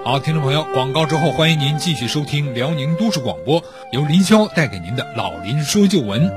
好，听众朋友，广告之后欢迎您继续收听辽宁都市广播，由林霄带给您的老林说旧闻。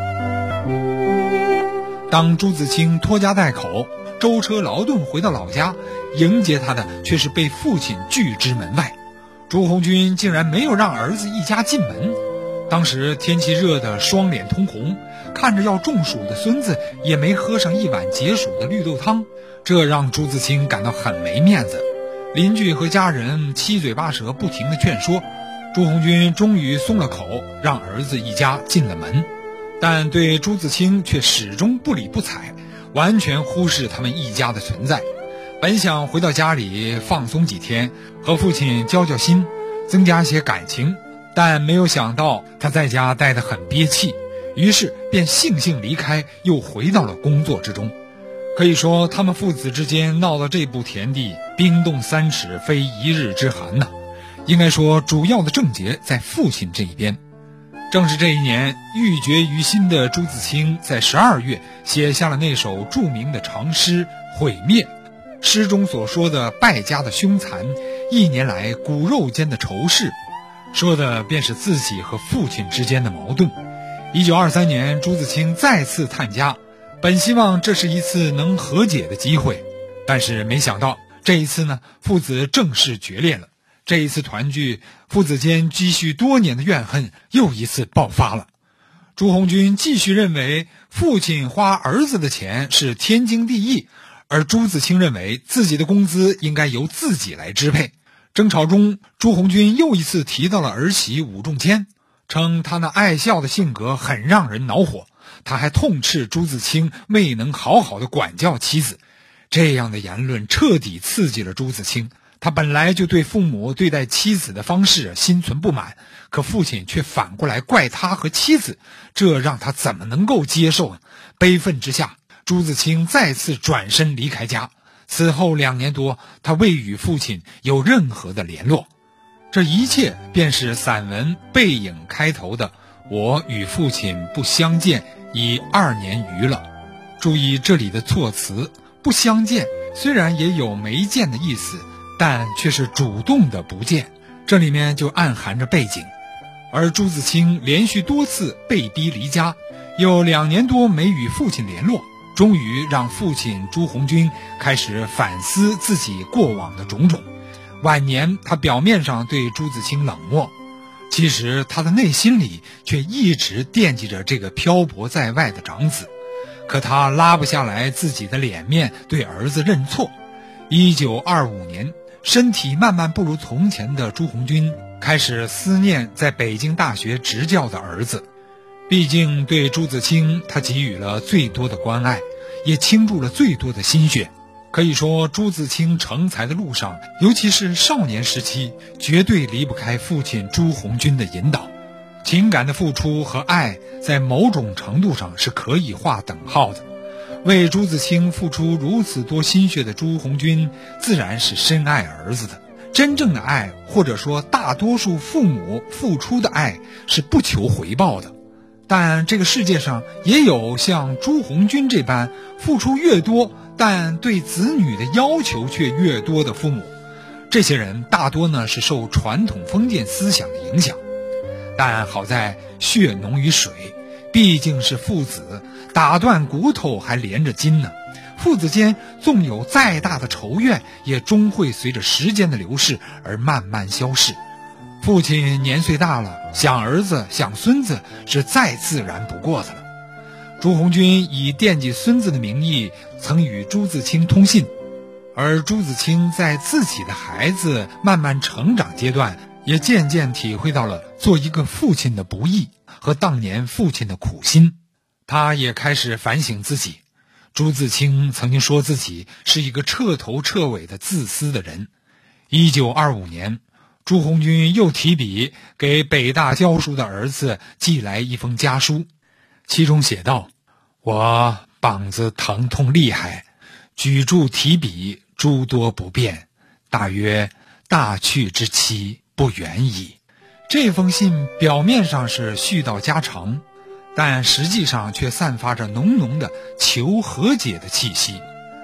当朱自清拖家带口舟车劳顿回到老家，迎接他的却是被父亲拒之门外。朱红军竟然没有让儿子一家进门。当时天气热得双脸通红，看着要中暑的孙子也没喝上一碗解暑的绿豆汤，这让朱自清感到很没面子。邻居和家人七嘴八舌不停地劝说，朱红军终于松了口，让儿子一家进了门。但对朱自清却始终不理不睬，完全忽视他们一家的存在。本想回到家里放松几天，和父亲交交心，增加些感情，但没有想到他在家待得很憋气，于是便悻悻离开，又回到了工作之中。可以说他们父子之间闹到这步田地，冰冻3尺非一日之寒呐。应该说主要的症结在父亲这一边。正是这一年，郁结于心的朱自清在12月写下了那首著名的长诗《毁灭》。诗中所说的败家的凶残，1年来骨肉间的仇视，说的便是自己和父亲之间的矛盾。1923年，朱自清再次探家，本希望这是一次能和解的机会，但是没想到这一次呢，父子正式决裂了。这一次团聚，父子间积蓄多年的怨恨又一次爆发了。朱红军继续认为父亲花儿子的钱是天经地义，而朱自清认为自己的工资应该由自己来支配。争吵中，朱红军又一次提到了儿媳武仲谦，称他那爱笑的性格很让人恼火。他还痛斥朱自清未能好好的管教妻子。这样的言论彻底刺激了朱自清，他本来就对父母对待妻子的方式心存不满，可父亲却反过来怪他和妻子，这让他怎么能够接受呢？悲愤之下，朱自清再次转身离开家。此后2年多，他未与父亲有任何的联络。这一切便是散文《背影》开头的“我与父亲不相见已2年余了”。注意这里的措辞，不相见虽然也有没见的意思，但却是主动的不见，这里面就暗含着背景。而朱自清连续多次被逼离家，有2年多没与父亲联络，终于让父亲朱红军开始反思自己过往的种种。晚年他表面上对朱自清冷漠，其实他的内心里却一直惦记着这个漂泊在外的长子。可他拉不下来自己的脸面，对儿子认错。1925年，身体慢慢不如从前的朱红军开始思念在北京大学执教的儿子。毕竟对朱自清，他给予了最多的关爱，也倾注了最多的心血。可以说朱自清成才的路上，尤其是少年时期，绝对离不开父亲朱红军的引导。情感的付出和爱在某种程度上是可以划等号的。为朱自清付出如此多心血的朱红军自然是深爱儿子的。真正的爱，或者说大多数父母付出的爱，是不求回报的。但这个世界上也有像朱红军这般付出越多，但对子女的要求却越多的父母。这些人大多呢是受传统封建思想的影响。但好在血浓于水，毕竟是父子，打断骨头还连着筋呢。父子间纵有再大的仇怨，也终会随着时间的流逝而慢慢消逝。父亲年岁大了，想儿子想孙子是再自然不过的了。朱红军以惦记孙子的名义曾与朱自清通信，而朱自清在自己的孩子慢慢成长阶段，也渐渐体会到了做一个父亲的不易和当年父亲的苦心。他也开始反省自己。朱自清曾经说自己是一个彻头彻尾的自私的人。1925年，朱红军又提笔给北大教书的儿子寄来一封家书，其中写道：我膀子疼痛厉害，举箸提笔诸多不便，大约大去之期不远矣。这封信表面上是絮叨家常，但实际上却散发着浓浓的求和解的气息。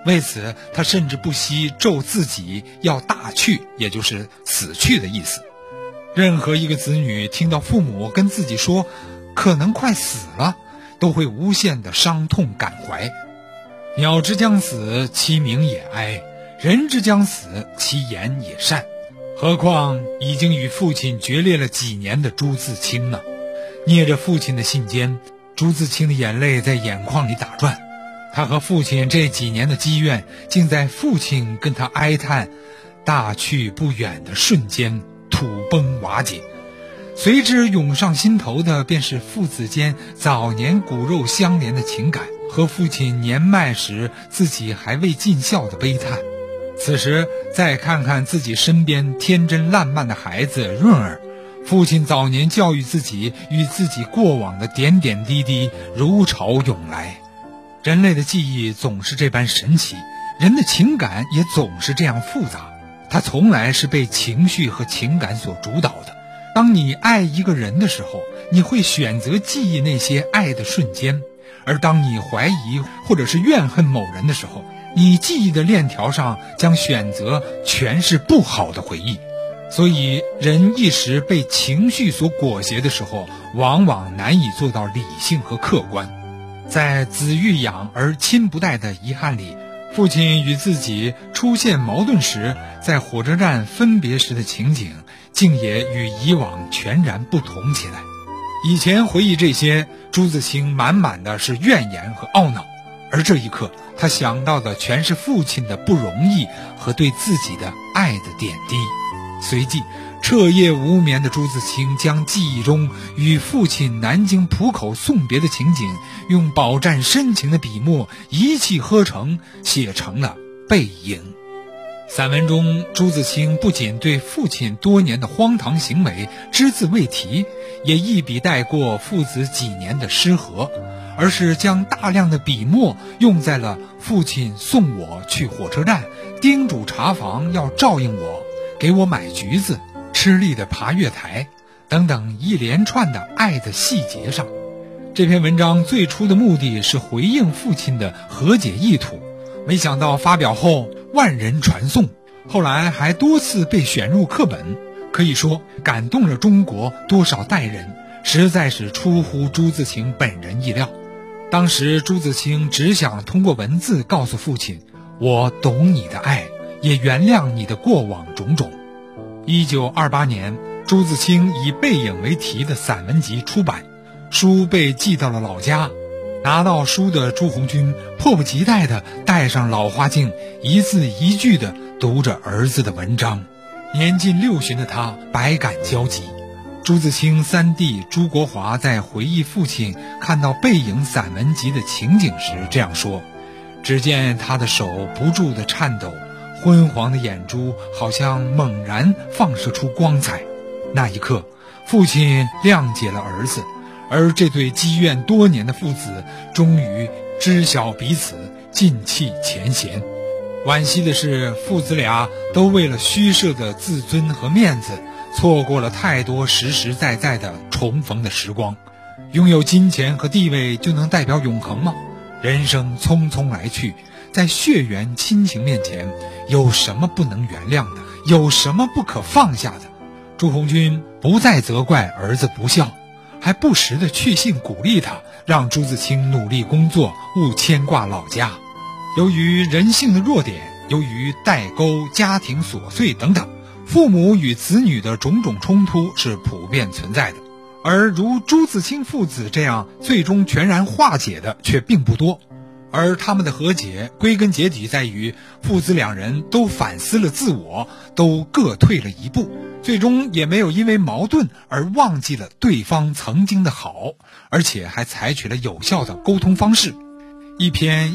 为此他甚至不惜咒自己要大去，也就是死去的意思。任何一个子女听到父母跟自己说可能快死了，都会无限的伤痛感怀。鸟之将死，其鸣也哀；人之将死，其言也善。何况已经与父亲决裂了几年的朱自清呢？捏着父亲的信笺，朱自清的眼泪在眼眶里打转。他和父亲这几年的积怨，竟在父亲跟他哀叹大去不远的瞬间土崩瓦解。随之涌上心头的便是父子间早年骨肉相连的情感，和父亲年迈时自己还未尽孝的悲叹。此时再看看自己身边天真烂漫的孩子润儿，父亲早年教育自己与自己过往的点点滴滴如潮涌来。人类的记忆总是这般神奇，人的情感也总是这样复杂，它从来是被情绪和情感所主导的。当你爱一个人的时候，你会选择记忆那些爱的瞬间，而当你怀疑或者是怨恨某人的时候，你记忆的链条上将选择全是不好的回忆。所以人一时被情绪所裹挟的时候，往往难以做到理性和客观。在子欲养而亲不待的遗憾里，父亲与自己出现矛盾时，在火车站分别时的情景，竟也与以往全然不同起来。以前回忆这些，朱自清满满的是怨言和懊恼，而这一刻他想到的全是父亲的不容易和对自己的爱的点滴。随即彻夜无眠的朱自清将记忆中与父亲南京浦口送别的情景，用饱蘸深情的笔墨一气呵成，写成了《背影》。散文中，朱自清不仅对父亲多年的荒唐行为只字未提，也一笔带过父子几年的失和，而是将大量的笔墨用在了父亲送我去火车站，叮嘱茶房要照应我，给我买橘子，吃力的爬月台等等一连串的爱的细节上。这篇文章最初的目的是回应父亲的和解意图，没想到发表后万人传颂，后来还多次被选入课本，可以说感动了中国多少代人，实在是出乎朱自清本人意料。当时朱自清只想通过文字告诉父亲，我懂你的爱，也原谅你的过往种种。1928年，朱自清以《背影》为题的散文集出版，书被寄到了老家。拿到书的朱红军迫不及待地戴上老花镜，一字一句地读着儿子的文章。年近60的他百感交集。朱自清三弟朱国华在回忆父亲看到《背影》散文集的情景时这样说：只见他的手不住地颤抖，昏黄的眼珠好像猛然放射出光彩。那一刻，父亲谅解了儿子，而这对积怨多年的父子终于知晓彼此，尽弃前嫌。惋惜的是，父子俩都为了虚设的自尊和面子，错过了太多实实在在的重逢的时光。拥有金钱和地位就能代表永恒吗？人生匆匆来去，在血缘亲情面前，有什么不能原谅的？有什么不可放下的？朱红军不再责怪儿子不孝，还不时地去信鼓励他，让朱自清努力工作，勿牵挂老家。由于人性的弱点，由于代沟、家庭琐碎等等，父母与子女的种种冲突是普遍存在的，而如朱自清父子这样最终全然化解的却并不多。而他们的和解归根结底在于父子两人都反思了自我，都各退了一步，最终也没有因为矛盾而忘记了对方曾经的好，而且还采取了有效的沟通方式。一篇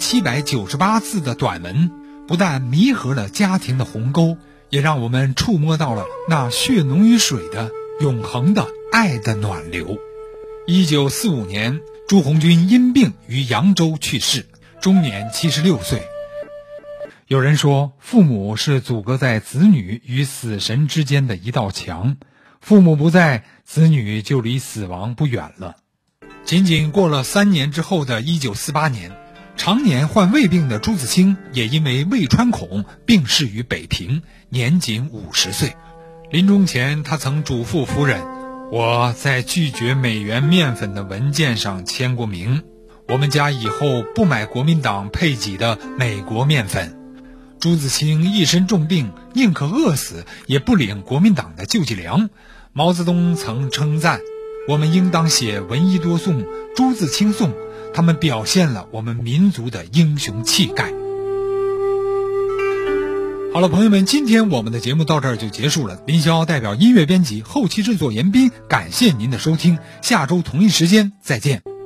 1798字的短文，不但弥合了家庭的鸿沟，也让我们触摸到了那血浓于水的永恒的爱的暖流。1945年，朱红军因病于扬州去世，终年76岁。有人说，父母是阻隔在子女与死神之间的一道墙，父母不在，子女就离死亡不远了。仅仅过了3年之后的1948年， 常年患胃病的朱自清也因为胃穿孔病逝于北平，年仅50岁。临终前，他曾嘱咐夫人：我在拒绝美元面粉的文件上签过名，我们家以后不买国民党配给的美国面粉。朱自清一身重病，宁可饿死也不领国民党的救济粮。毛泽东曾称赞：我们应当写闻一多颂、朱自清颂，他们表现了我们民族的英雄气概。好了，朋友们，今天我们的节目到这儿就结束了。林霄代表音乐编辑、后期制作严斌，感谢您的收听，下周同一时间再见。